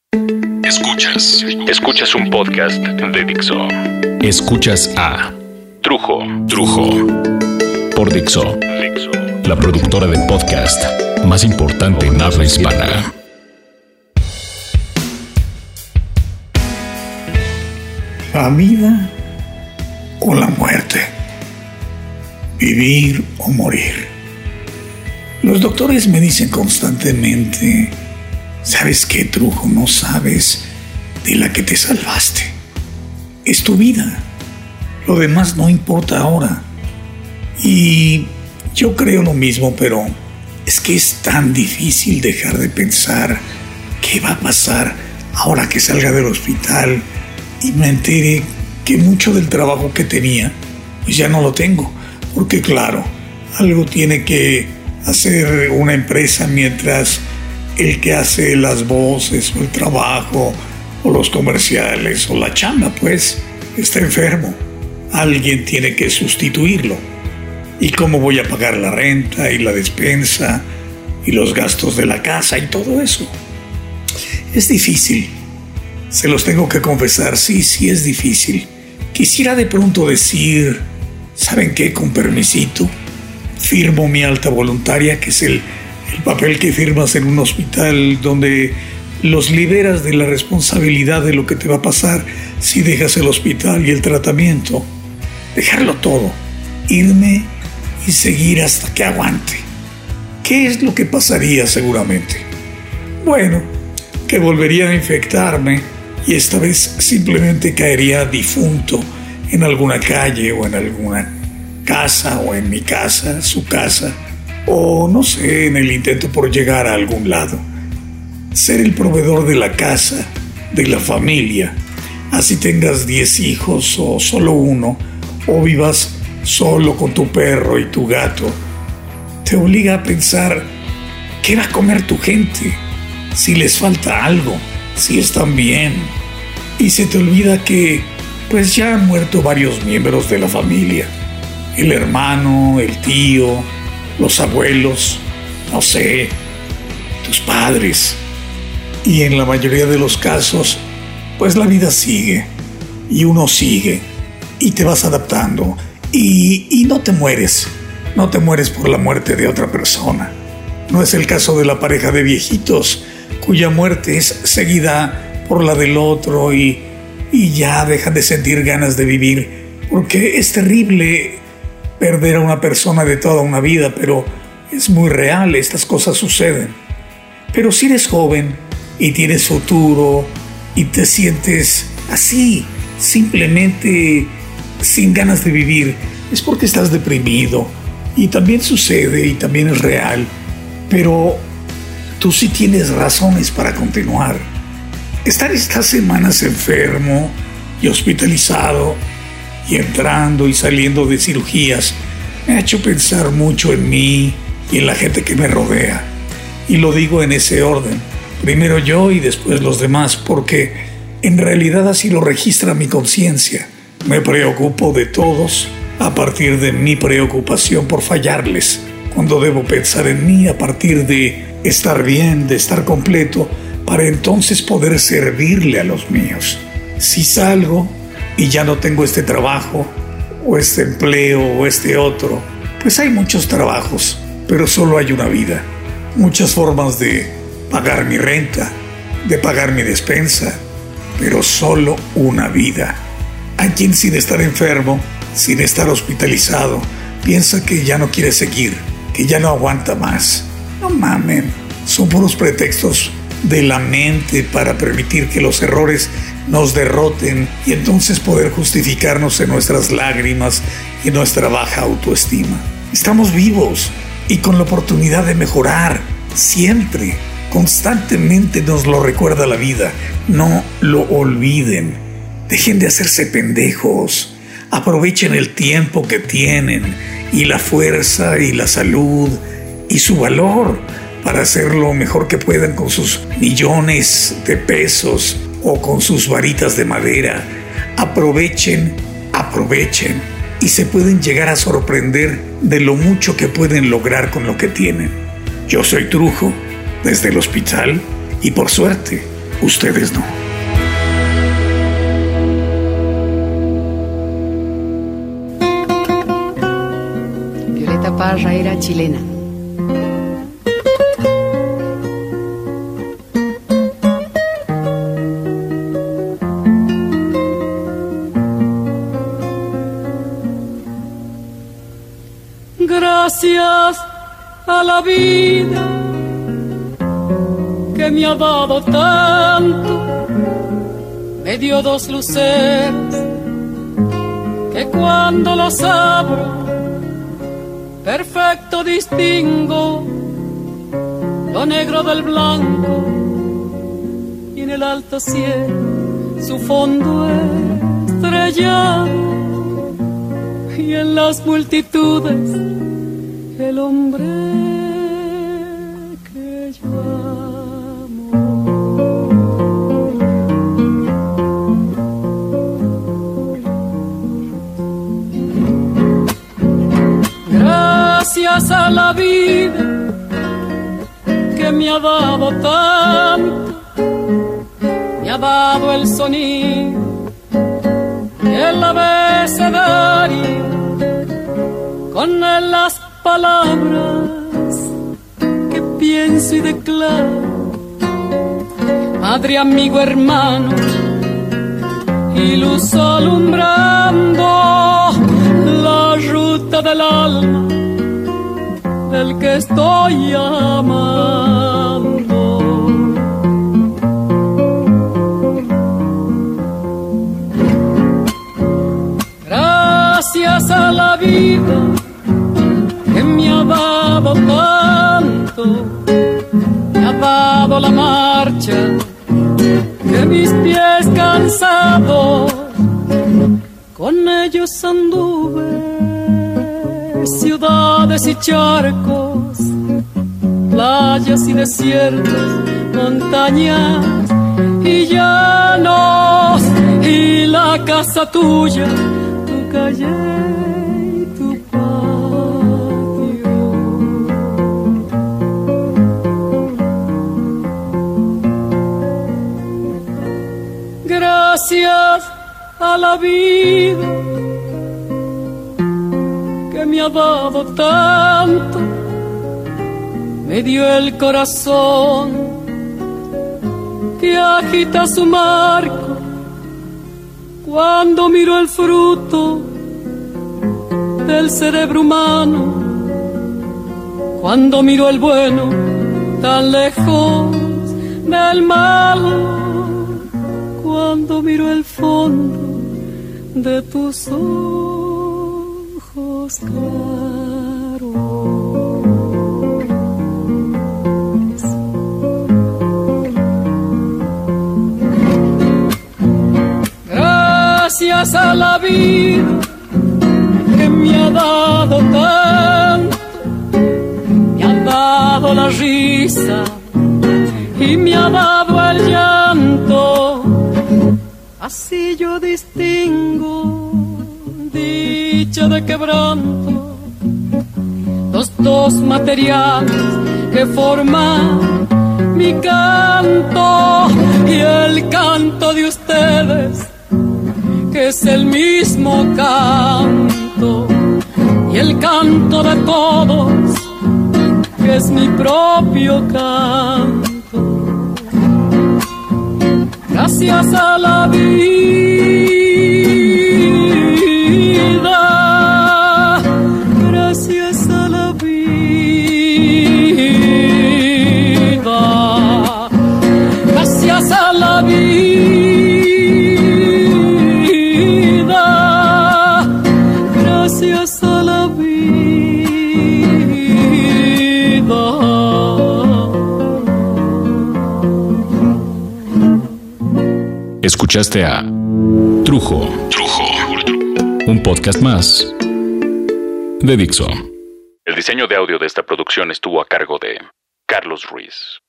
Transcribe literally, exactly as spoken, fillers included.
Escuchas, escuchas un podcast de Dixo. Escuchas a Trujo, Trujo por Dixo, Dixo, la productora de podcast más importante en habla hispana. La vida o la muerte, vivir o morir. Los doctores me dicen constantemente: ¿sabes qué, Trujo? No sabes de la que te salvaste. Es tu vida. Lo demás no importa ahora. Y yo creo lo mismo, pero es que es tan difícil dejar de pensar qué va a pasar ahora que salga del hospital y me entere que mucho del trabajo que tenía, pues ya no lo tengo. Porque claro, algo tiene que hacer una empresa mientras el que hace las voces o el trabajo o los comerciales o la chamba, pues, está enfermo. Alguien tiene que sustituirlo. ¿Y cómo voy a pagar la renta y la despensa y los gastos de la casa y todo eso? Es difícil. Se los tengo que confesar, sí, sí es difícil. Quisiera de pronto decir, ¿saben qué? Con permisito, firmo mi alta voluntaria, que es el El papel que firmas en un hospital donde los liberas de la responsabilidad de lo que te va a pasar si dejas el hospital y el tratamiento. Dejarlo todo, irme y seguir hasta que aguante. ¿Qué es lo que pasaría seguramente? Bueno, que volvería a infectarme y esta vez simplemente caería difunto en alguna calle o en alguna casa o en mi casa, su casa, o no sé, en el intento por llegar a algún lado. Ser el proveedor de la casa, de la familia, así tengas diez hijos o solo uno, o vivas solo con tu perro y tu gato, te obliga a pensar qué va a comer tu gente, si les falta algo, si están bien. Y se te olvida que pues ya han muerto varios miembros de la familia, el hermano, el tío, los abuelos, no sé, tus padres. Y en la mayoría de los casos, pues la vida sigue, y uno sigue, y te vas adaptando, y, y no te mueres, no te mueres por la muerte de otra persona. No es el caso de la pareja de viejitos, cuya muerte es seguida por la del otro, y, y ya dejan de sentir ganas de vivir, porque es terrible perder a una persona de toda una vida, pero es muy real, estas cosas suceden. Pero si eres joven y tienes futuro y te sientes así, simplemente sin ganas de vivir, es porque estás deprimido. Y también sucede y también es real, pero tú sí tienes razones para continuar. Estar estas semanas enfermo y hospitalizado y entrando y saliendo de cirugías me ha hecho pensar mucho en mí y en la gente que me rodea. Y lo digo en ese orden, primero yo y después los demás, porque en realidad así lo registra mi conciencia. Me preocupo de todos a partir de mi preocupación por fallarles, cuando debo pensar en mí a partir de estar bien, de estar completo, para entonces poder servirle a los míos. Si salgo y ya no tengo este trabajo, o este empleo, o este otro, pues hay muchos trabajos, pero solo hay una vida. Muchas formas de pagar mi renta, de pagar mi despensa, pero solo una vida. Hay quien sin estar enfermo, sin estar hospitalizado, piensa que ya no quiere seguir, que ya no aguanta más. No mamen, son puros pretextos de la mente para permitir que los errores nos derroten y entonces poder justificarnos en nuestras lágrimas y nuestra baja autoestima. Estamos vivos y con la oportunidad de mejorar siempre. Constantemente nos lo recuerda la vida. No lo olviden. Dejen de hacerse pendejos. Aprovechen el tiempo que tienen y la fuerza y la salud y su valor para hacer lo mejor que puedan con sus millones de pesos o con sus varitas de madera. Aprovechen, aprovechen y se pueden llegar a sorprender de lo mucho que pueden lograr con lo que tienen. Yo soy Trujo, desde el hospital, y por suerte ustedes no. Violeta Parra era chilena. Gracias a la vida que me ha dado tanto, me dio dos luceros que cuando las abro perfecto distingo lo negro del blanco, y en el alto cielo su fondo estrellado, y en las multitudes el hombre que yo amo. Gracias a la vida que me ha dado tanto, me ha dado el sonido y el abecedario, con él las palabras que pienso y declaro, madre, amigo, hermano, y luz alumbrando la ruta del alma del que estoy amando. Gracias a la vida que me ha dado tanto, me ha dado la marcha que mis pies cansados con ellos anduve, ciudades y charcos, playas y desiertos, montañas y llanos, y la casa tuya, tu calle y tu patio. Gracias a la vida que me ha dado tanto, me dio el corazón que agita su marco cuando miro el fruto del cerebro humano, cuando miro el bueno tan lejos del malo, cuando miro el fondo de tus ojos claros. Gracias a la vida que me ha dado tanto, me ha dado la risa y me ha dado el llanto, así yo distingo dicha de quebranto, los dos materiales que forman mi canto, y el canto de ustedes que es el mismo canto, y el canto de todos que es mi propio canto. Gracias a la vida, gracias a la vida, gracias a la vida, gracias a la vida. Escuchaste a Trujo, Trujo, un podcast más de Dixo. El diseño de audio de esta producción estuvo a cargo de Carlos Ruiz.